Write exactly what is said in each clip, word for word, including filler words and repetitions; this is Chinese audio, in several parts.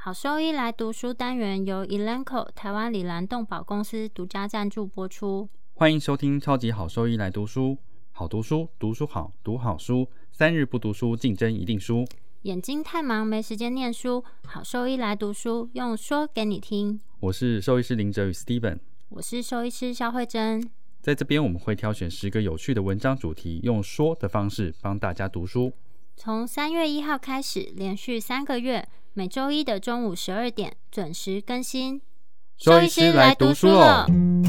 好兽医来读书单元由 Elanco 台湾里兰动保公司独家赞助播出。 欢迎收听超级好兽医来读书，好读书，读书好，读好书，三日不读书，竞争一定输。 眼睛太忙没时间念书，好兽医来读书，用说给你听。 我是兽医师林哲宇 Steven， 我是兽医师肖慧珍。 在这边我们会挑选十个有趣的文章主题，用说的方式帮大家读书。 从三月一号开始，连续三个月，每周一的中午十二点准时更新。 兽医师来读书了。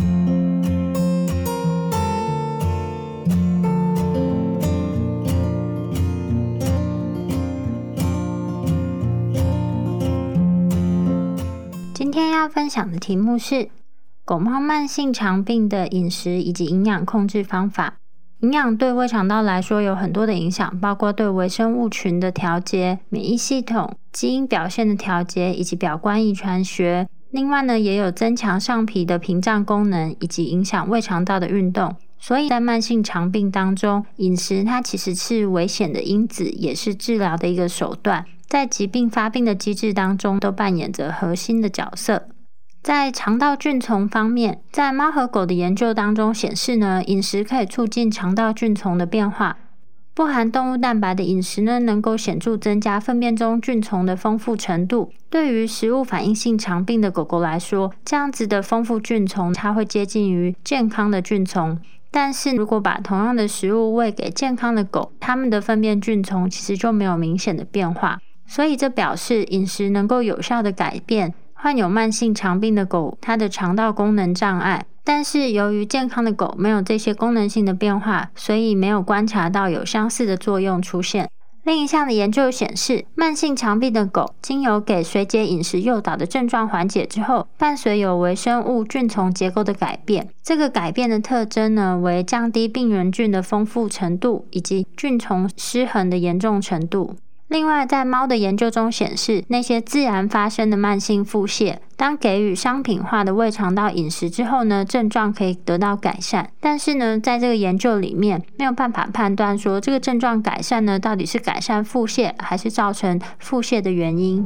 今天要分享的题目是狗猫慢性肠病的饮食以及营养控制方法。营养对胃肠道来说有很多的影响，包括对微生物群的调节、免疫系统、基因表现的调节以及表观遗传学。另外呢，也有增强上皮的屏障功能以及影响胃肠道的运动。所以在慢性肠病当中，饮食它其实是危险的因子，也是治疗的一个手段，在疾病发病的机制当中都扮演着核心的角色。在肠道菌丛方面，在猫和狗的研究当中显示呢，饮食可以促进肠道菌丛的变化。不含动物蛋白的饮食呢，能够显著增加粪便中菌丛的丰富程度。对于食物反应性肠病的狗狗来说，这样子的丰富菌丛它会接近于健康的菌丛。但是如果把同样的食物喂给健康的狗，它们的粪便菌丛其实就没有明显的变化。所以这表示饮食能够有效的改变患有慢性肠病的狗它的肠道功能障碍。但是由于健康的狗没有这些功能性的变化，所以没有观察到有相似的作用出现。另一项的研究显示，慢性肠病的狗经由给水解饮食诱导的症状缓解之后，伴随有微生物菌丛结构的改变。这个改变的特征呢，为降低病原菌的丰富程度以及菌丛失衡的严重程度。另外，在猫的研究中显示，那些自然发生的慢性腹泻，当给予商品化的胃肠道饮食之后呢，症状可以得到改善。但是呢，在这个研究里面，没有办法判断说这个症状改善呢，到底是改善腹泻，还是造成腹泻的原因。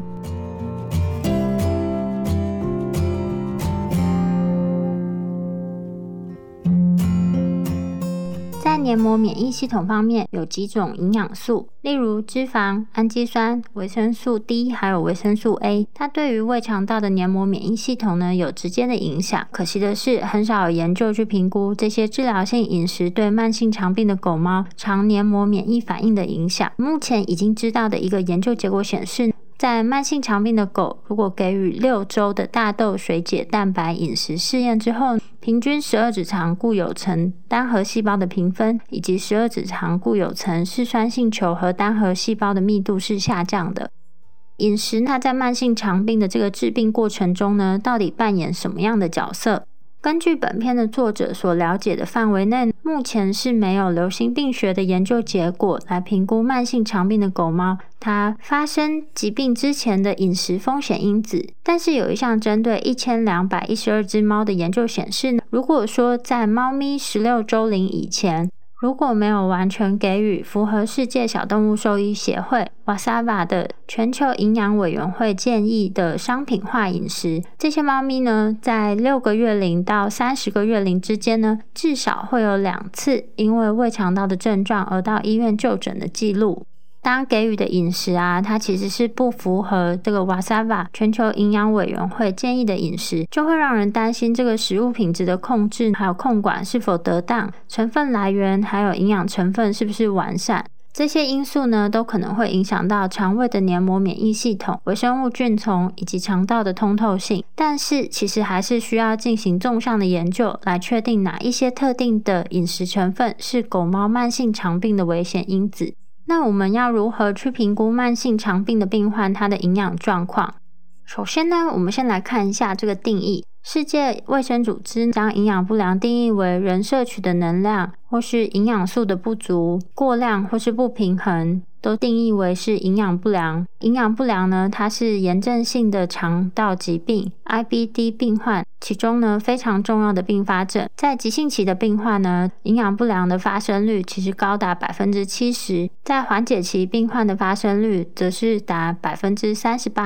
在黏膜免疫系统方面，有几种营养素，例如脂肪、氨基酸、维生素 D 还有维生素 A， 它对于胃肠道的黏膜免疫系统呢有直接的影响。可惜的是，很少有研究去评估这些治疗性饮食对慢性肠病的狗猫肠黏膜免疫反应的影响。目前已经知道的一个研究结果显示，在慢性肠病的狗，如果给予六周的大豆水解蛋白饮食试验之后，平均十二指肠固有层单核细胞的评分以及十二指肠固有层嗜酸性球和单核细胞的密度是下降的。饮食它在慢性肠病的这个治病过程中呢，到底扮演什么样的角色？根据本片的作者所了解的范围内，目前是没有流行病学的研究结果来评估慢性肠病的狗猫它发生疾病之前的饮食风险因子。但是有一项针对一千两百一十二只猫的研究显示，如果说在猫咪十六周龄以前，如果没有完全给予符合世界小动物兽医协会 W A S A V A 的全球营养委员会建议的商品化饮食，这些猫咪呢，在六个月龄到三十个月龄之间呢，至少会有两次因为胃肠道的症状而到医院就诊的记录。当给予的饮食啊，它其实是不符合这个 W A S A V A 全球营养委员会建议的饮食，就会让人担心这个食物品质的控制还有控管是否得当，成分来源还有营养成分是不是完善。这些因素呢，都可能会影响到肠胃的黏膜免疫系统、微生物菌丛以及肠道的通透性。但是其实还是需要进行纵向的研究，来确定哪一些特定的饮食成分是狗猫慢性肠病的危险因子。那我们要如何去评估慢性肠病的病患它的营养状况？首先呢，我们先来看一下这个定义。世界卫生组织将营养不良定义为人摄取的能量或是营养素的不足、过量或是不平衡，都定义为是营养不良。营养不良呢，它是炎症性的肠道疾病 I B D 病患其中呢非常重要的并发症。在急性期的病患呢，营养不良的发生率其实高达 百分之七十， 在缓解期病患的发生率则是达 百分之三十八。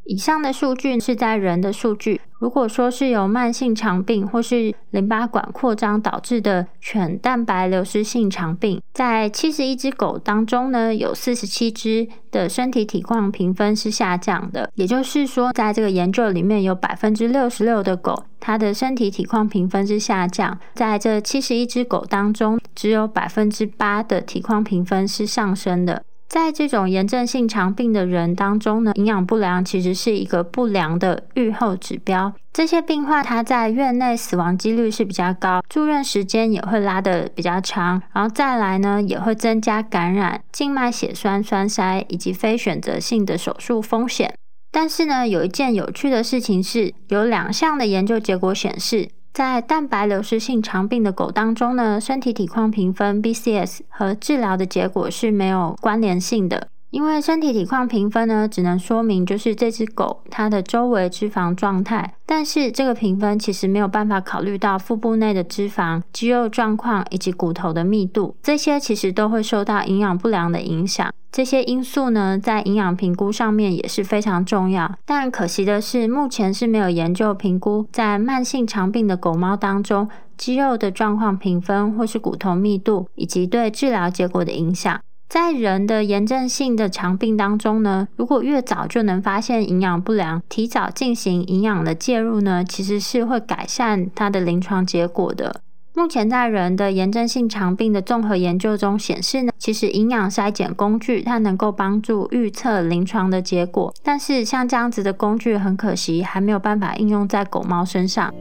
以上的数据是在人的数据，如果说是由慢性肠病或是淋巴管扩张导致的犬蛋白流失性肠病，在七十一只狗当中呢，有四十七只的身体体况评分是下降的，也就是说在这个研究里面有 百分之六十六 的狗它的身体体况评分是下降，在这七十一只狗当中只有 百分之八 的体况评分是上升的。在这种炎症性肠病的人当中呢，营养不良其实是一个不良的预后指标。这些病患他在院内死亡几率是比较高，住院时间也会拉得比较长，然后再来呢也会增加感染、静脉血栓栓塞以及非选择性的手术风险。但是呢，有一件有趣的事情是，有两项的研究结果显示，在蛋白流失性肠病的狗当中呢，身体体况评分 B C S 和治疗的结果是没有关联性的。因为身体体况评分呢，只能说明就是这只狗它的周围脂肪状态，但是这个评分其实没有办法考虑到腹部内的脂肪、肌肉状况以及骨头的密度，这些其实都会受到营养不良的影响。这些因素呢，在营养评估上面也是非常重要，但可惜的是，目前是没有研究评估在慢性肠病的狗猫当中肌肉的状况评分或是骨头密度以及对治疗结果的影响。在人的炎症性的肠病当中呢，如果越早就能发现营养不良，提早进行营养的介入呢，其实是会改善它的临床结果的。目前在人的炎症性肠病的综合研究中显示呢，其实营养筛检工具它能够帮助预测临床的结果，但是像这样子的工具很可惜还没有办法应用在狗猫身上。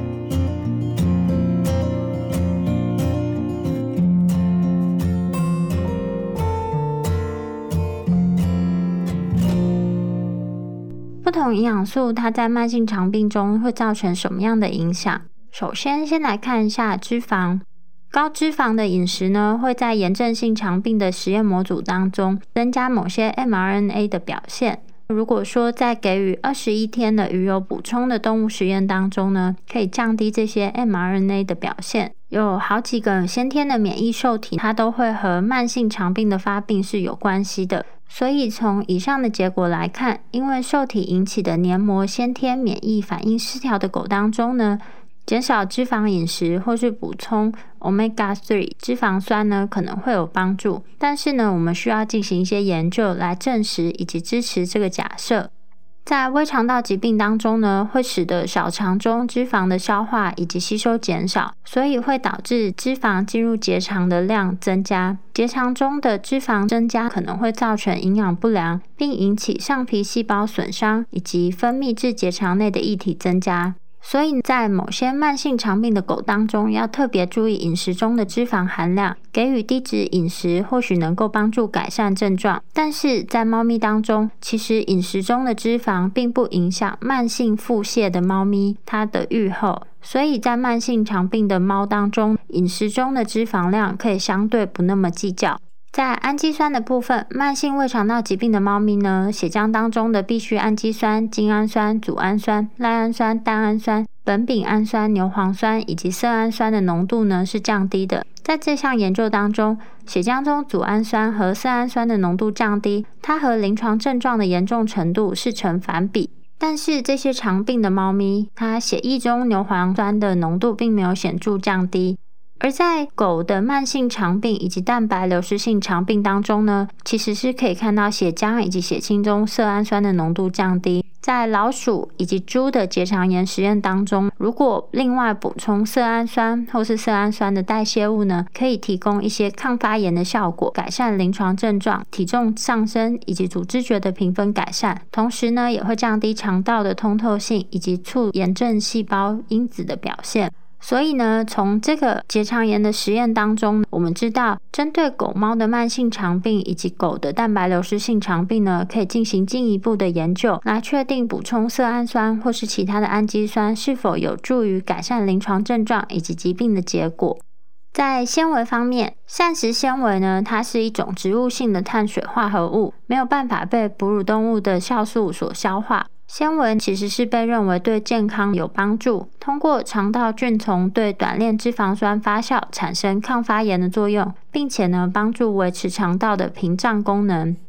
不同营养素它在慢性肠病中会造成什么样的影响？首先先来看一下脂肪。高脂肪的饮食呢，会在炎症性肠病的实验模组当中增加某些 m R N A 的表现。如果说在给予二十一天的鱼油补充的动物实验当中呢，可以降低这些 m R N A 的表现。有好几个先天的免疫受体，它都会和慢性肠病的发病是有关系的。所以从以上的结果来看，因为受体引起的黏膜先天免疫反应失调的狗当中呢，减少脂肪饮食或是补充 omega 三 脂肪酸呢可能会有帮助，但是呢我们需要进行一些研究来证实以及支持这个假设。在胃肠道疾病当中呢，会使得小肠中脂肪的消化以及吸收减少，所以会导致脂肪进入结肠的量增加。结肠中的脂肪增加可能会造成营养不良，并引起上皮细胞损伤以及分泌至结肠内的液体增加。所以在某些慢性肠病的狗当中，要特别注意饮食中的脂肪含量，给予低脂饮食或许能够帮助改善症状，但是在猫咪当中，其实饮食中的脂肪并不影响慢性腹泻的猫咪它的预后，所以在慢性肠病的猫当中，饮食中的脂肪量可以相对不那么计较。在氨基酸的部分，慢性胃肠道疾病的猫咪呢，血浆当中的必需氨基酸、精氨酸、组氨酸、赖氨酸、单氨酸、苯丙氨酸、牛磺酸以及色氨酸的浓度呢是降低的。在这项研究当中，血浆中组氨酸和色氨酸的浓度降低，它和临床症状的严重程度是成反比。但是这些肠病的猫咪，它血液中牛磺酸的浓度并没有显著降低。而在狗的慢性肠病以及蛋白流失性肠病当中呢，其实是可以看到血浆以及血清中色氨酸的浓度降低。在老鼠以及猪的结肠炎实验当中，如果另外补充色氨酸或是色氨酸的代谢物呢，可以提供一些抗发炎的效果，改善临床症状、体重上升以及组织觉的评分改善，同时呢也会降低肠道的通透性以及促炎症细胞因子的表现。所以呢，从这个结肠炎的实验当中，我们知道针对狗猫的慢性肠病以及狗的蛋白流失性肠病呢，可以进行进一步的研究，来确定补充色氨酸或是其他的氨基酸是否有助于改善临床症状以及疾病的结果。在纤维方面，膳食纤维呢，它是一种植物性的碳水化合物，没有办法被哺乳动物的酵素所消化。纤维其实是被认为对健康有帮助，通过肠道菌丛对短链脂肪酸发酵产生抗发炎的作用，并且呢帮助维持肠道的屏障功能。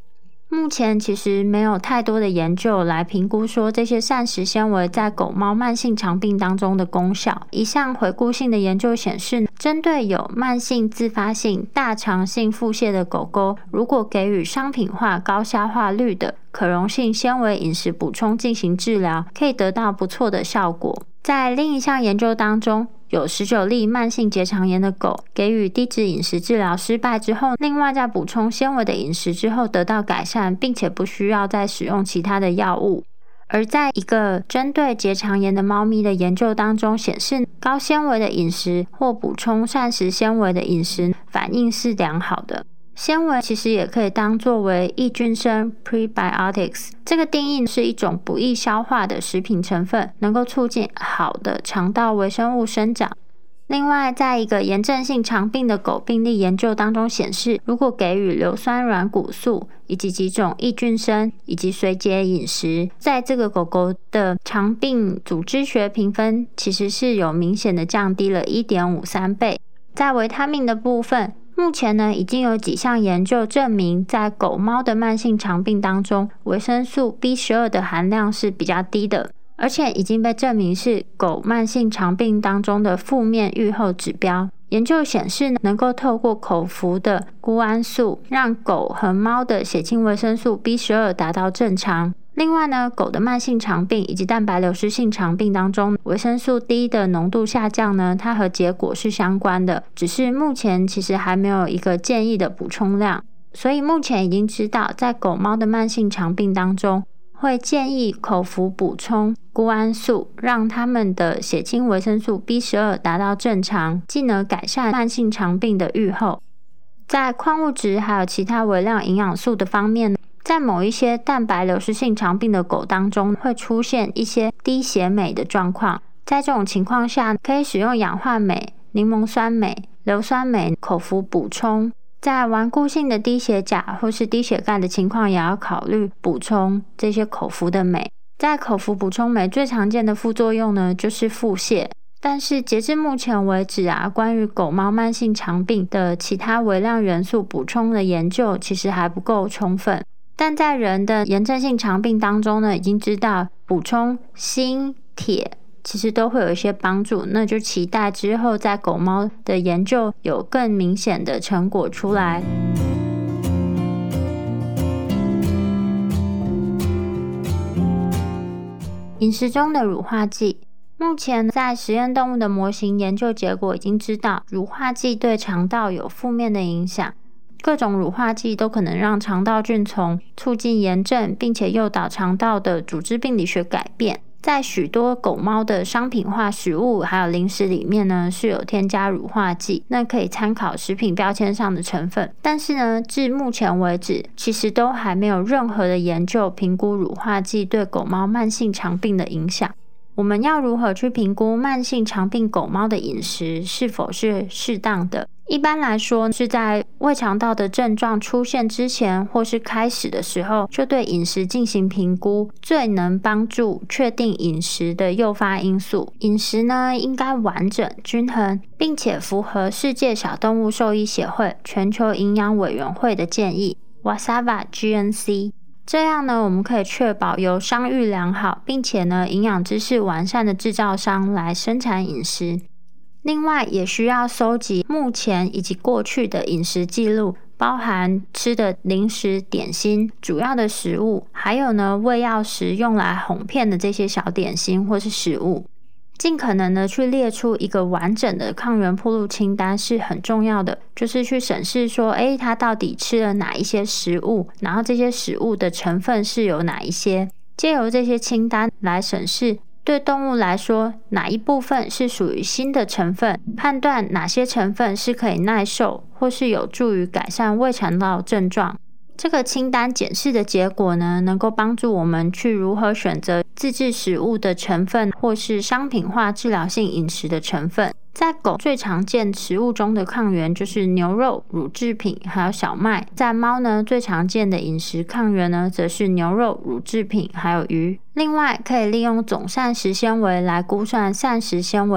目前其实没有太多的研究来评估说这些膳食纤维在狗猫慢性肠病当中的功效。一项回顾性的研究显示，针对有慢性自发性大肠性腹泻的狗狗，如果给予商品化高消化率的可溶性纤维饮食补充进行治疗，可以得到不错的效果。在另一项研究当中，有十九例慢性结肠炎的狗给予低脂饮食治疗失败之后，另外在补充纤维的饮食之后得到改善，并且不需要再使用其他的药物。而在一个针对结肠炎的猫咪的研究当中显示，高纤维的饮食或补充膳食纤维的饮食反应是良好的。纤维其实也可以当作为益菌生 prebiotics， 这个定义是一种不易消化的食品成分，能够促进好的肠道微生物生长。另外，在一个炎症性肠病的狗病例研究当中显示，如果给予硫酸软骨素以及几种益菌生以及水解饮食，在这个狗狗的肠病组织学评分其实是有明显的降低了 一点五三倍。在维他命的部分，目前呢，已经有几项研究证明，在狗猫的慢性肠病当中，维生素 B 十二 的含量是比较低的，而且已经被证明是狗慢性肠病当中的负面预后指标。研究显示，能够透过口服的钴胺素，让狗和猫的血清维生素 B 十二 达到正常。另外呢，狗的慢性肠病以及蛋白流失性肠病当中，维生素 D 的浓度下降呢，它和结果是相关的，只是目前其实还没有一个建议的补充量。所以目前已经知道，在狗猫的慢性肠病当中，会建议口服补充钴胺素，让它们的血清维生素 B 十二 达到正常，进而改善慢性肠病的预后。在矿物质还有其他微量营养素的方面，在某一些蛋白流失性肠病的狗当中，会出现一些低血镁的状况。在这种情况下，可以使用氧化镁、柠檬酸镁、硫酸镁口服补充。在顽固性的低血钾或是低血钙的情况，也要考虑补充这些口服的镁。在口服补充镁最常见的副作用呢，就是腹泻。但是截至目前为止啊，关于狗猫慢性肠病的其他微量元素补充的研究其实还不够充分。但在人的炎症性肠病当中呢，已经知道补充锌、铁其实都会有一些帮助，那就期待之后在狗猫的研究有更明显的成果出来。饮食中的乳化剂，目前在实验动物的模型研究结果已经知道，乳化剂对肠道有负面的影响。各种乳化剂都可能让肠道菌丛促进炎症，并且诱导肠道的组织病理学改变。在许多狗猫的商品化食物还有零食里面呢，是有添加乳化剂，那可以参考食品标签上的成分。但是呢，至目前为止，其实都还没有任何的研究评估乳化剂对狗猫慢性肠病的影响。我们要如何去评估慢性肠病狗猫的饮食是否是适当的？一般来说，是在胃肠道的症状出现之前或是开始的时候，就对饮食进行评估，最能帮助确定饮食的诱发因素。饮食呢，应该完整、均衡，并且符合世界小动物兽医协会全球营养委员会的建议 W A S A V A G N C。这样呢，我们可以确保由商誉良好，并且呢营养知识完善的制造商来生产饮食。另外，也需要收集目前以及过去的饮食记录，包含吃的零食、点心、主要的食物，还有呢喂药时用来哄骗的这些小点心或是食物。尽可能的去列出一个完整的抗原暴露清单是很重要的，就是去审视说，诶，它到底吃了哪一些食物，然后这些食物的成分是有哪一些，藉由这些清单来审视对动物来说哪一部分是属于新的成分，判断哪些成分是可以耐受或是有助于改善胃肠道症状。这个清单检视的结果呢，能够帮助我们去如何选择自制食物的成分，或是商品化治疗性饮食的成分。在狗最常见食物中的抗原就是牛肉、乳制品还有小麦。在猫呢，最常见的饮食抗原呢，则是牛肉、乳制品还有鱼。另外，可以利用总膳食纤维来估算膳食纤维。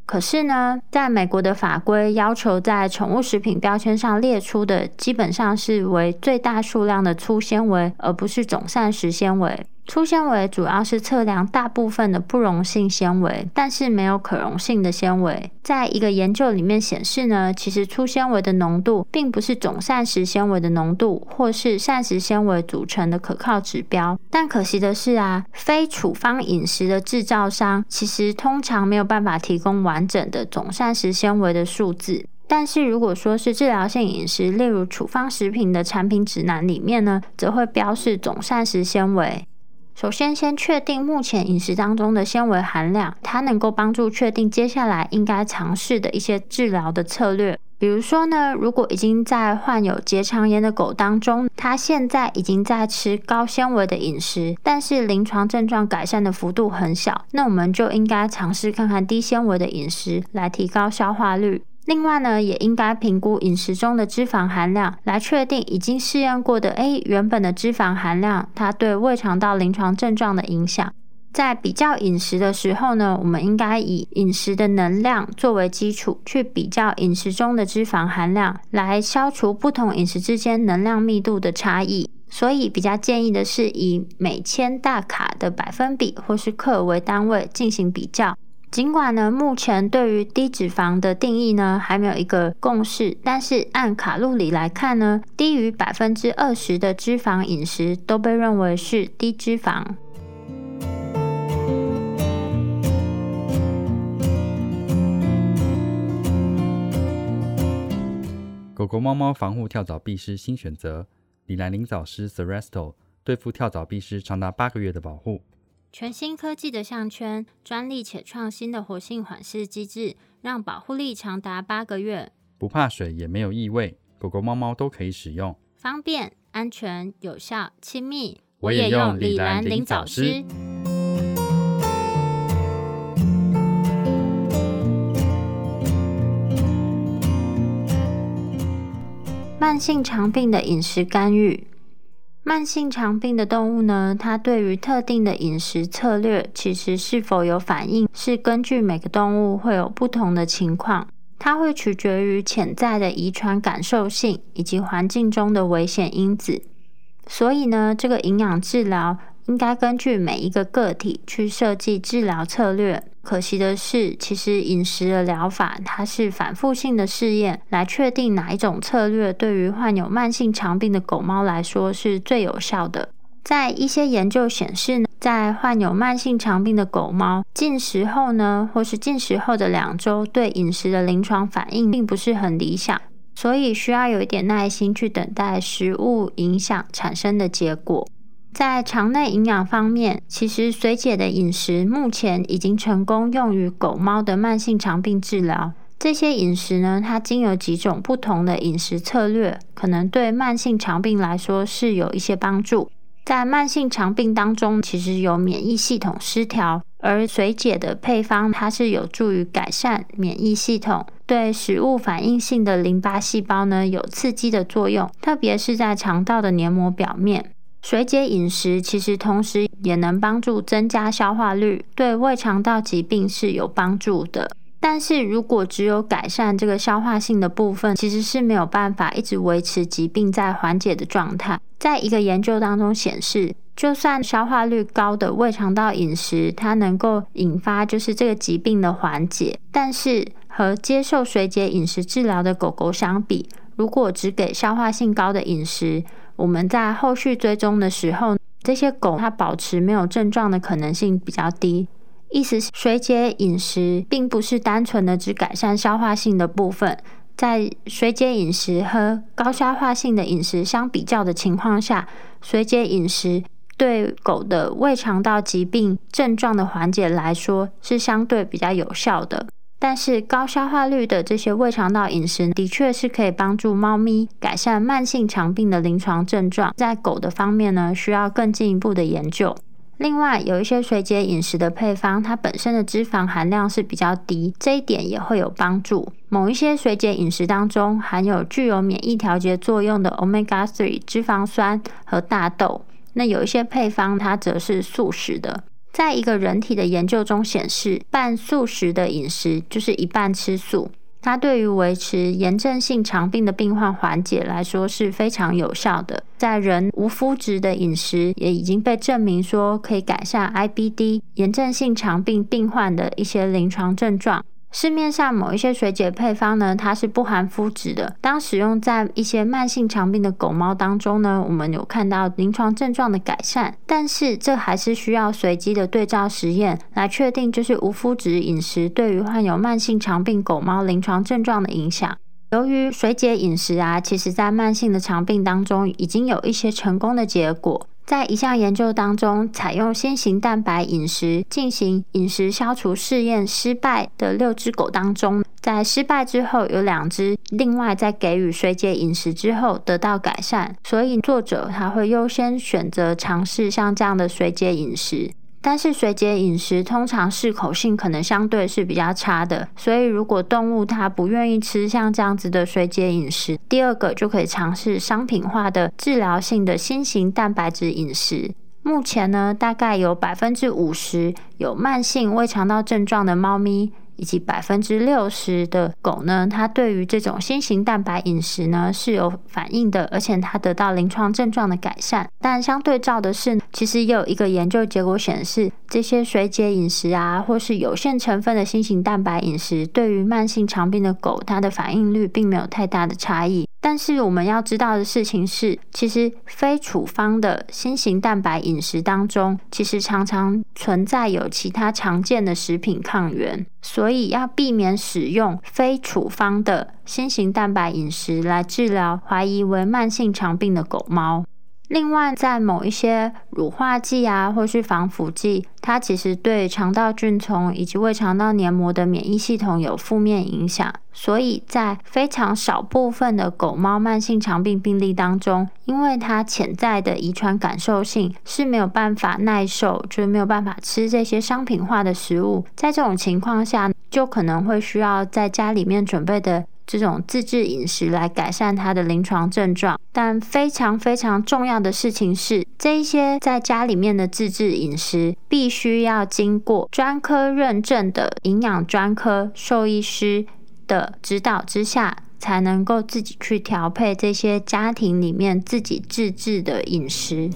可是呢，在美国的法规要求在宠物食品标签上列出的基本上是为最大数量的粗纤维，而不是总膳食纤维。粗纤维主要是测量大部分的不溶性纤维，但是没有可溶性的纤维。在一个研究里面显示呢，其实粗纤维的浓度并不是总膳食纤维的浓度或是膳食纤维组成的可靠指标。但可惜的是啊，非处方饮食的制造商其实通常没有办法提供完整的总膳食纤维的数字。但是如果说是治疗性饮食，例如处方食品的产品指南里面呢，则会标示总膳食纤维。首先先确定目前饮食当中的纤维含量，它能够帮助确定接下来应该尝试的一些治疗的策略。比如说呢，如果已经在患有结肠炎的狗当中，它现在已经在吃高纤维的饮食，但是临床症状改善的幅度很小，那我们就应该尝试看看低纤维的饮食来提高消化率。另外呢，也应该评估饮食中的脂肪含量，来确定已经试验过的诶原本的脂肪含量它对胃肠道临床症状的影响。在比较饮食的时候呢，我们应该以饮食的能量作为基础，去比较饮食中的脂肪含量，来消除不同饮食之间能量密度的差异。所以比较建议的是以每千大卡的百分比或是克为单位进行比较。尽管呢，目前对于低脂肪的定义呢还没有一个共识，但是按卡路里来看呢，低于 百分之二十 的脂肪饮食都被认为是低脂肪。 狗狗猫猫防护跳蚤壁虱新选择，李兰灵藻虱 Seresto 对付跳蚤壁虱长达八个月的保护。 全新科技的项圈，专利且创新的活性缓释机制，让保护力长达八个月， 不怕水也没有异味，狗狗猫猫都可以使用， 方便、安全、有效、亲密。 我也用李兰灵藻虱。 慢性肠病的饮食干预。慢性肠病的动物呢，它对于特定的饮食策略其实是否有反应，是根据每个动物会有不同的情况，它会取决于潜在的遗传感受性以及环境中的危险因子。所以呢，这个营养治疗应该根据每一个个体去设计治疗策略。可惜的是，其实饮食的疗法它是反复性的试验，来确定哪一种策略对于患有慢性肠病的狗猫来说是最有效的。在一些研究显示呢，在患有慢性肠病的狗猫进食后呢，或是进食后的两周，对饮食的临床反应并不是很理想，所以需要有一点耐心去等待食物影响产生的结果。在肠内营养方面，其实水解的饮食目前已经成功用于狗猫的慢性肠病治疗。这些饮食呢，它经由几种不同的饮食策略，可能对慢性肠病来说是有一些帮助。在慢性肠病当中，其实有免疫系统失调，而水解的配方它是有助于改善免疫系统，对食物反应性的淋巴细胞呢有刺激的作用，特别是在肠道的黏膜表面。水解饮食其实同时也能帮助增加消化率，对胃肠道疾病是有帮助的。但是如果只有改善这个消化性的部分，其实是没有办法一直维持疾病在缓解的状态。在一个研究当中显示，就算消化率高的胃肠道饮食，它能够引发就是这个疾病的缓解，但是和接受水解饮食治疗的狗狗相比，如果只给消化性高的饮食，我们在后续追踪的时候，这些狗它保持没有症状的可能性比较低。意思是水解饮食并不是单纯的只改善消化性的部分，在水解饮食和高消化性的饮食相比较的情况下，水解饮食对狗的胃肠道疾病症状的缓解来说是相对比较有效的。但是高消化率的这些胃肠道饮食的确是可以帮助猫咪改善慢性肠病的临床症状，在狗的方面呢，需要更进一步的研究。另外，有一些水解饮食的配方，它本身的脂肪含量是比较低，这一点也会有帮助。某一些水解饮食当中含有具有免疫调节作用的 omega 三 脂肪酸和大豆，那有一些配方它则是素食的。 在一个人体的研究中显示，半素食的饮食就是一半吃素，它对于维持炎症性肠病的病患缓解来说是非常有效的。在人无麸质的饮食也已经被证明说可以改善 I B D 炎症性肠病病患的一些临床症状。市面上某一些水解配方呢，它是不含麸质的。当使用在一些慢性肠病的狗猫当中呢，我们有看到临床症状的改善，但是这还是需要随机的对照实验来确定，就是无麸质饮食对于患有慢性肠病狗猫临床症状的影响。由于水解饮食啊，其实在慢性的肠病当中已经有一些成功的结果。在一项研究当中，采用新型蛋白饮食进行饮食消除试验失败的六只狗当中，在失败之后有两只另外在给予水解饮食之后得到改善，所以作者他会优先选择尝试像这样的水解饮食。但是水解饮食通常适口性可能相对是比较差的，所以如果动物它不愿意吃像这样子的水解饮食，第二个就可以尝试商品化的治疗性的新型蛋白质饮食。目前呢，大概有 百分之五十 有慢性胃肠道症状的猫咪，以及 百分之六十 的狗呢，它对于这种新型蛋白饮食呢是有反应的，而且它得到临床症状的改善。但相对照的是，其实也有一个研究结果显示，这些水解饮食啊，或是有限成分的新型蛋白饮食，对于慢性肠病的狗，它的反应率并没有太大的差异。但是我们要知道的事情是，其实非处方的新型蛋白饮食当中，其实常常存在有其他常见的食品抗原，所以要避免使用非处方的新型蛋白饮食来治疗怀疑为慢性肠病的狗猫。另外，在某一些乳化剂啊，或是防腐剂，它其实对肠道菌丛以及胃肠道黏膜的免疫系统有负面影响，所以在非常少部分的狗猫慢性肠病病例当中，因为它潜在的遗传感受性是没有办法耐受，就是没有办法吃这些商品化的食物，在这种情况下，就可能会需要在家里面准备的这种自制饮食来改善它的临床症状。但非常非常重要的事情是，这一些在家里面的自制饮食必须要经过专科认证的营养专科兽医师的指导之下，才能够自己去调配这些家庭里面自己自制的饮食。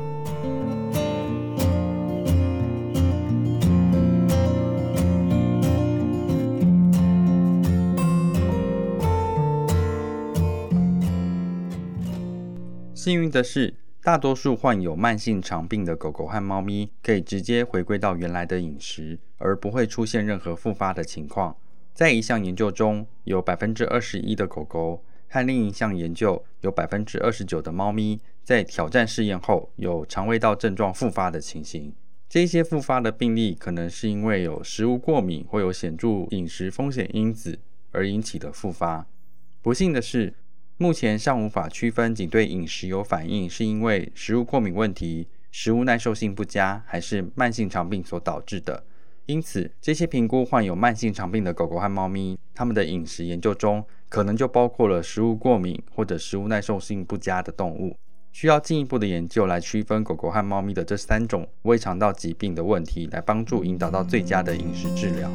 幸运的是，大多数患有慢性肠病的狗狗和猫咪可以直接回归到原来的饮食，而不会出现任何复发的情况。在一项研究中，有 百分之二十一 的狗狗和另一项研究有 百分之二十九 的猫咪在挑战试验后有肠胃道症状复发的情形。这些复发的病例可能是因为有食物过敏或有显著饮食风险因子而引起的复发。不幸的是，目前尚无法区分仅对饮食有反应是因为食物过敏问题、食物耐受性不佳还是慢性肠病所导致的。因此，这些评估患有慢性肠病的狗狗和猫咪，它们的饮食研究中可能就包括了食物过敏或者食物耐受性不佳的动物。需要进一步的研究来区分狗狗和猫咪的这三种胃肠道疾病的问题，来帮助引导到最佳的饮食治疗。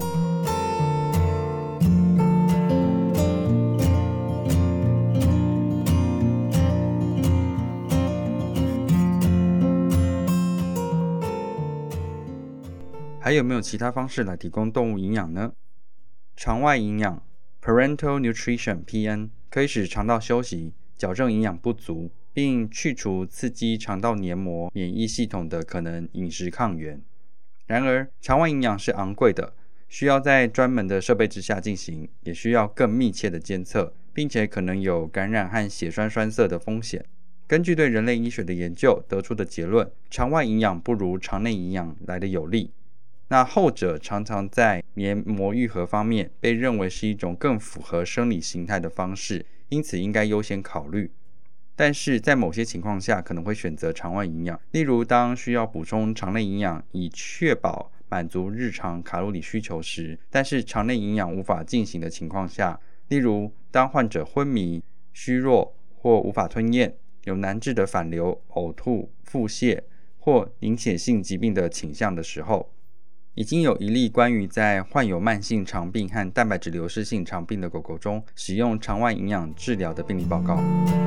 还有没有其他方式来提供动物营养呢？肠外营养 Parental Nutrition P N 可以使肠道休息，矫正营养不足，并去除刺激肠道黏膜免疫系统的可能饮食抗原。然而，肠外营养是昂贵的，需要在专门的设备之下进行，也需要更密切的监测，并且可能有感染和血栓栓塞的风险。根据对人类医学的研究得出的结论，肠外营养不如肠内营养来得有利。那后者常常在黏膜愈合方面被认为是一种更符合生理形态的方式，因此应该优先考虑。但是在某些情况下可能会选择肠外营养，例如当需要补充肠内营养以确保满足日常卡路里需求时，但是肠内营养无法进行的情况下，例如当患者昏迷、虚弱或无法吞咽，有难治的反流、呕吐、腹泻，或或凝血性疾病的倾向的时候。已经有一例关于在患有慢性肠病和蛋白质流失性肠病的狗狗中使用肠外营养治疗的病例报告。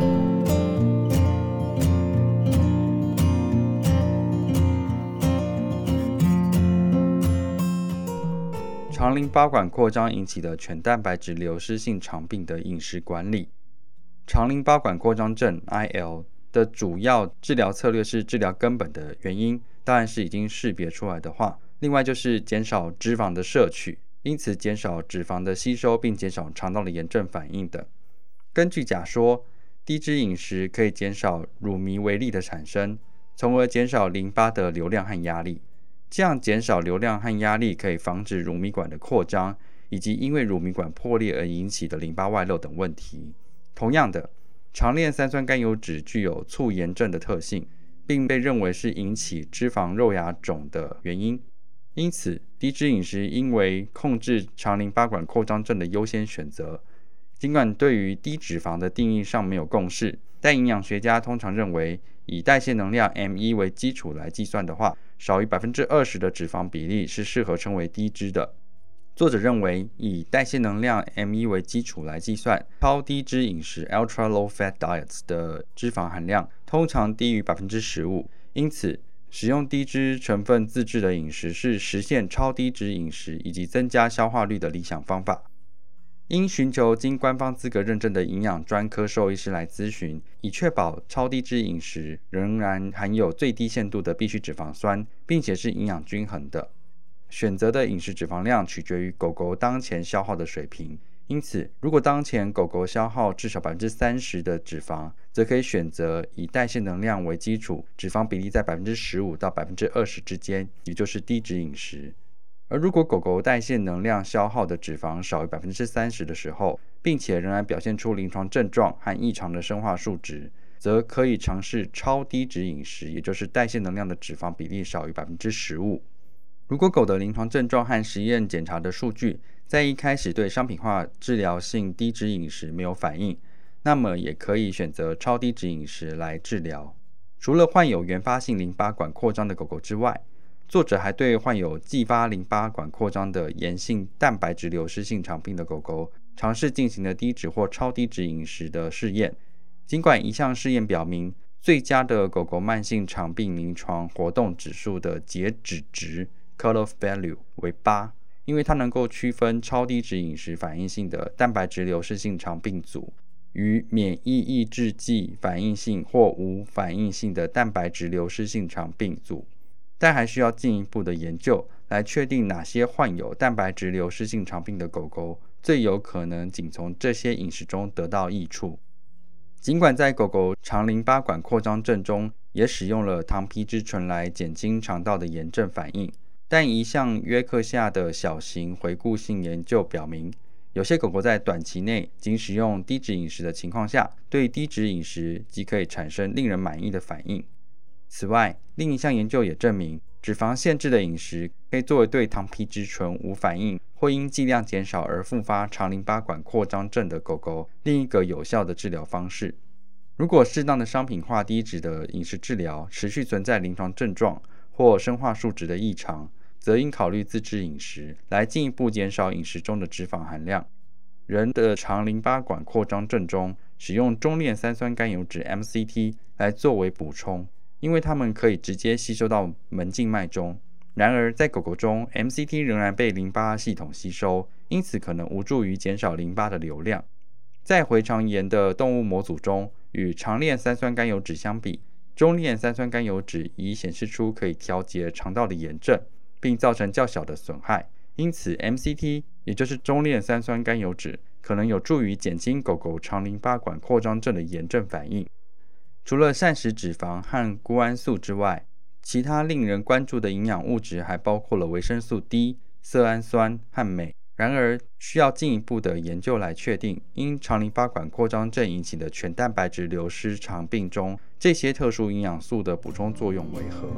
肠淋巴管扩张引起的全蛋白质流失性肠病的饮食管理。肠淋巴管扩张症 I L 的主要治疗策略是治疗根本的原因，当然是已经识别出来的话，另外就是减少脂肪的摄取，因此减少脂肪的吸收，并减少肠道的炎症反应等。根据假说，低脂饮食可以减少乳糜微粒的产生，从而减少淋巴的流量和压力。这样减少流量和压力可以防止乳糜管的扩张，以及因为乳糜管破裂而引起的淋巴外漏等问题。同样的，长链三酸甘油酯具有促炎症的特性，并被认为是引起脂肪肉芽肿的原因。因此，低脂饮食应为控制肠淋巴管扩张症的优先选择。尽管对于低脂肪的定义上没有共识，但营养学家通常认为，以代谢能量 M 一 为基础来计算的话，少于 百分之二十 的脂肪比例是适合称为低脂的。作者认为，以代谢能量 M 一 为基础来计算，超低脂饮食 Ultra Low Fat Diets 的脂肪含量通常低于 百分之十五， 因此使用低脂成分自制的饮食是实现超低脂饮食以及增加消化率的理想方法。应寻求经官方资格认证的营养专科兽医师来咨询，以确保超低脂饮食仍然含有最低限度的必需脂肪酸，并且是营养均衡的。选择的饮食脂肪量取决于狗狗当前消耗的水平，因此如果当前狗狗消耗至少 百分之三十 的脂肪，则可以选择以代谢能量为基础，脂肪比例在 百分之十五 到 百分之二十 之间，也就是低脂饮食。而如果狗狗代谢能量消耗的脂肪少于 百分之三十 的时候，并且仍然表现出临床症状和异常的生化数值，则可以尝试超低脂饮食，也就是代谢能量的脂肪比例少于 百分之十五。如果狗的临床症状和实验检查的数据在一开始对商品化治疗性低脂饮食没有反应，那么也可以选择超低脂饮食来治疗。除了患有原发性淋巴管扩张的狗狗之外，作者还对患有继发淋巴管扩张的炎性蛋白质流失性肠病的狗狗尝试进行了低脂或超低脂饮食的试验。尽管一项试验表明，最佳的狗狗慢性肠病临床活动指数的截止值 cutoff value 为八，因为它能够区分超低脂饮食反应性的蛋白质流失性肠病组与免疫抑制剂反应性或无反应性的蛋白质流失性肠病组，但还需要进一步的研究来确定哪些患有蛋白质流失性肠病的狗狗最有可能仅从这些饮食中得到益处。尽管在狗狗肠淋巴管扩张症中也使用了糖皮质醇来减轻肠道的炎症反应，但一项约克夏的小型回顾性研究表明，有些狗狗在短期内仅使用低脂饮食的情况下，对低脂饮食即可以产生令人满意的反应。此外，另一项研究也证明，脂肪限制的饮食可以作为对糖皮质醇无反应或因剂量减少而复发肠淋巴管扩张症的狗狗另一个有效的治疗方式。如果适当的商品化低脂的饮食治疗持续存在临床症状或生化数值的异常，则应考虑自制饮食来进一步减少饮食中的脂肪含量。人的肠淋巴管扩张症中使用中链三酸甘油酯 M C T 来作为补充，因为它们可以直接吸收到门静脉中。然而在狗狗中 M C T 仍然被淋巴系统吸收，因此可能无助于减少淋巴的流量。在回肠炎的动物模组中，与长链三酸甘油酯相比，中链三酸甘油酯已显示出可以调节肠道的炎症，并造成较小的损害。因此 M C T 也就是中链三酸甘油酯可能有助于减轻狗狗肠淋巴管扩张症的炎症反应。除了膳食脂肪和谷氨素之外，其他令人关注的营养物质还包括了维生素 D、色氨酸和镁。然而，需要进一步的研究来确定，因肠淋巴管扩张症引起的全蛋白质流失肠病中，这些特殊营养素的补充作用为何。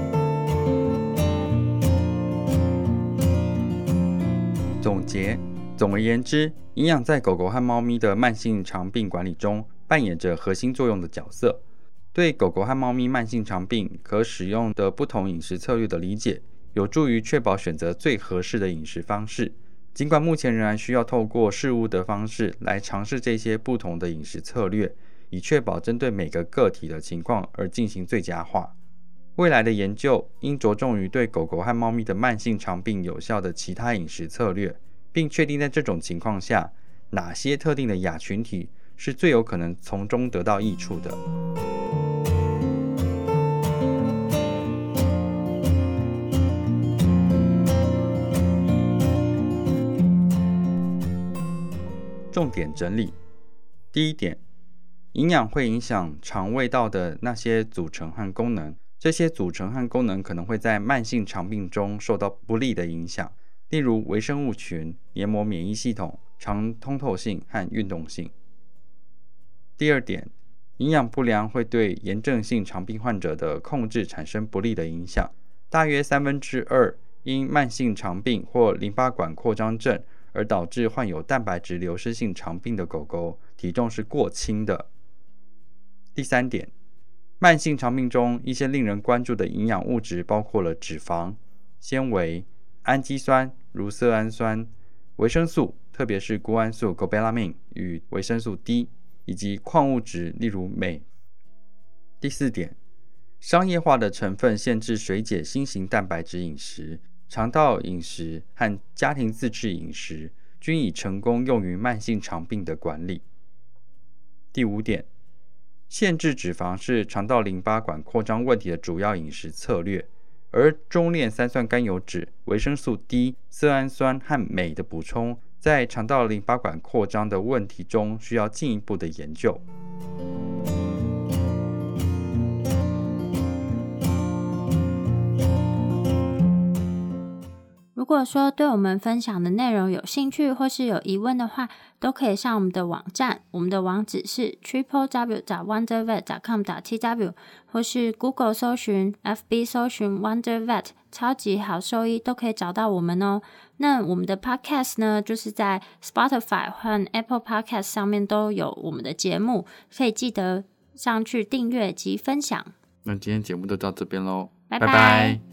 总结： 总而言之，营养在狗狗和猫咪的慢性肠病管理中扮演着核心作用的角色。对狗狗和猫咪慢性肠病可使用的不同饮食策略的理解，有助于确保选择最合适的饮食方式。尽管目前仍然需要透过试误的方式来尝试这些不同的饮食策略，以确保针对每个个体的情况而进行最佳化。未来的研究应着重于对狗狗和猫咪的慢性肠病有效的其他饮食策略，并确定在这种情况下，哪些特定的亚群体是最有可能从中得到益处的。重点整理：第一点，营养会影响肠胃道的那些组成和功能，这些组成和功能可能会在慢性肠病中受到不利的影响，例如微生物群、黏膜免疫系统、肠通透性和运动性。第二点，营养不良会对炎症性肠病患者的控制产生不利的影响，大约三分之二因慢性肠病或淋巴管扩张症而导致患有蛋白质流失性肠病的狗狗体重是过轻的。第三点，慢性肠病中一些令人关注的营养物质包括了脂肪、纤维、氨基酸如色氨酸、维生素特别是谷氨素 cobalamin 与维生素 D， 以及矿物质例如镁。第四点，商业化的成分限制水解新型蛋白质饮食，肠道饮食和家庭自制饮食均已成功用于慢性肠病的管理。第五点，限制脂肪是肠道淋巴管扩张问题的主要饮食策略，而中链三酸甘油酯、维生素 D、色氨酸和镁的补充，在肠道淋巴管扩张的问题中需要进一步的研究。 如果说对我们分享的内容有兴趣或是有疑问的话，都可以上我们的网站，我们的网址是 triple w 点 wondervet 点 com 点 t w， 或是 Google 搜寻 F B 搜寻 wondervet 超级好兽医都可以找到我们哦。那我们的 podcast 呢，就是在 Spotify 和 Apple Podcast 上面都有我们的节目，可以记得上去订阅及分享。 那今天节目就到这边咯， 拜拜。 拜拜。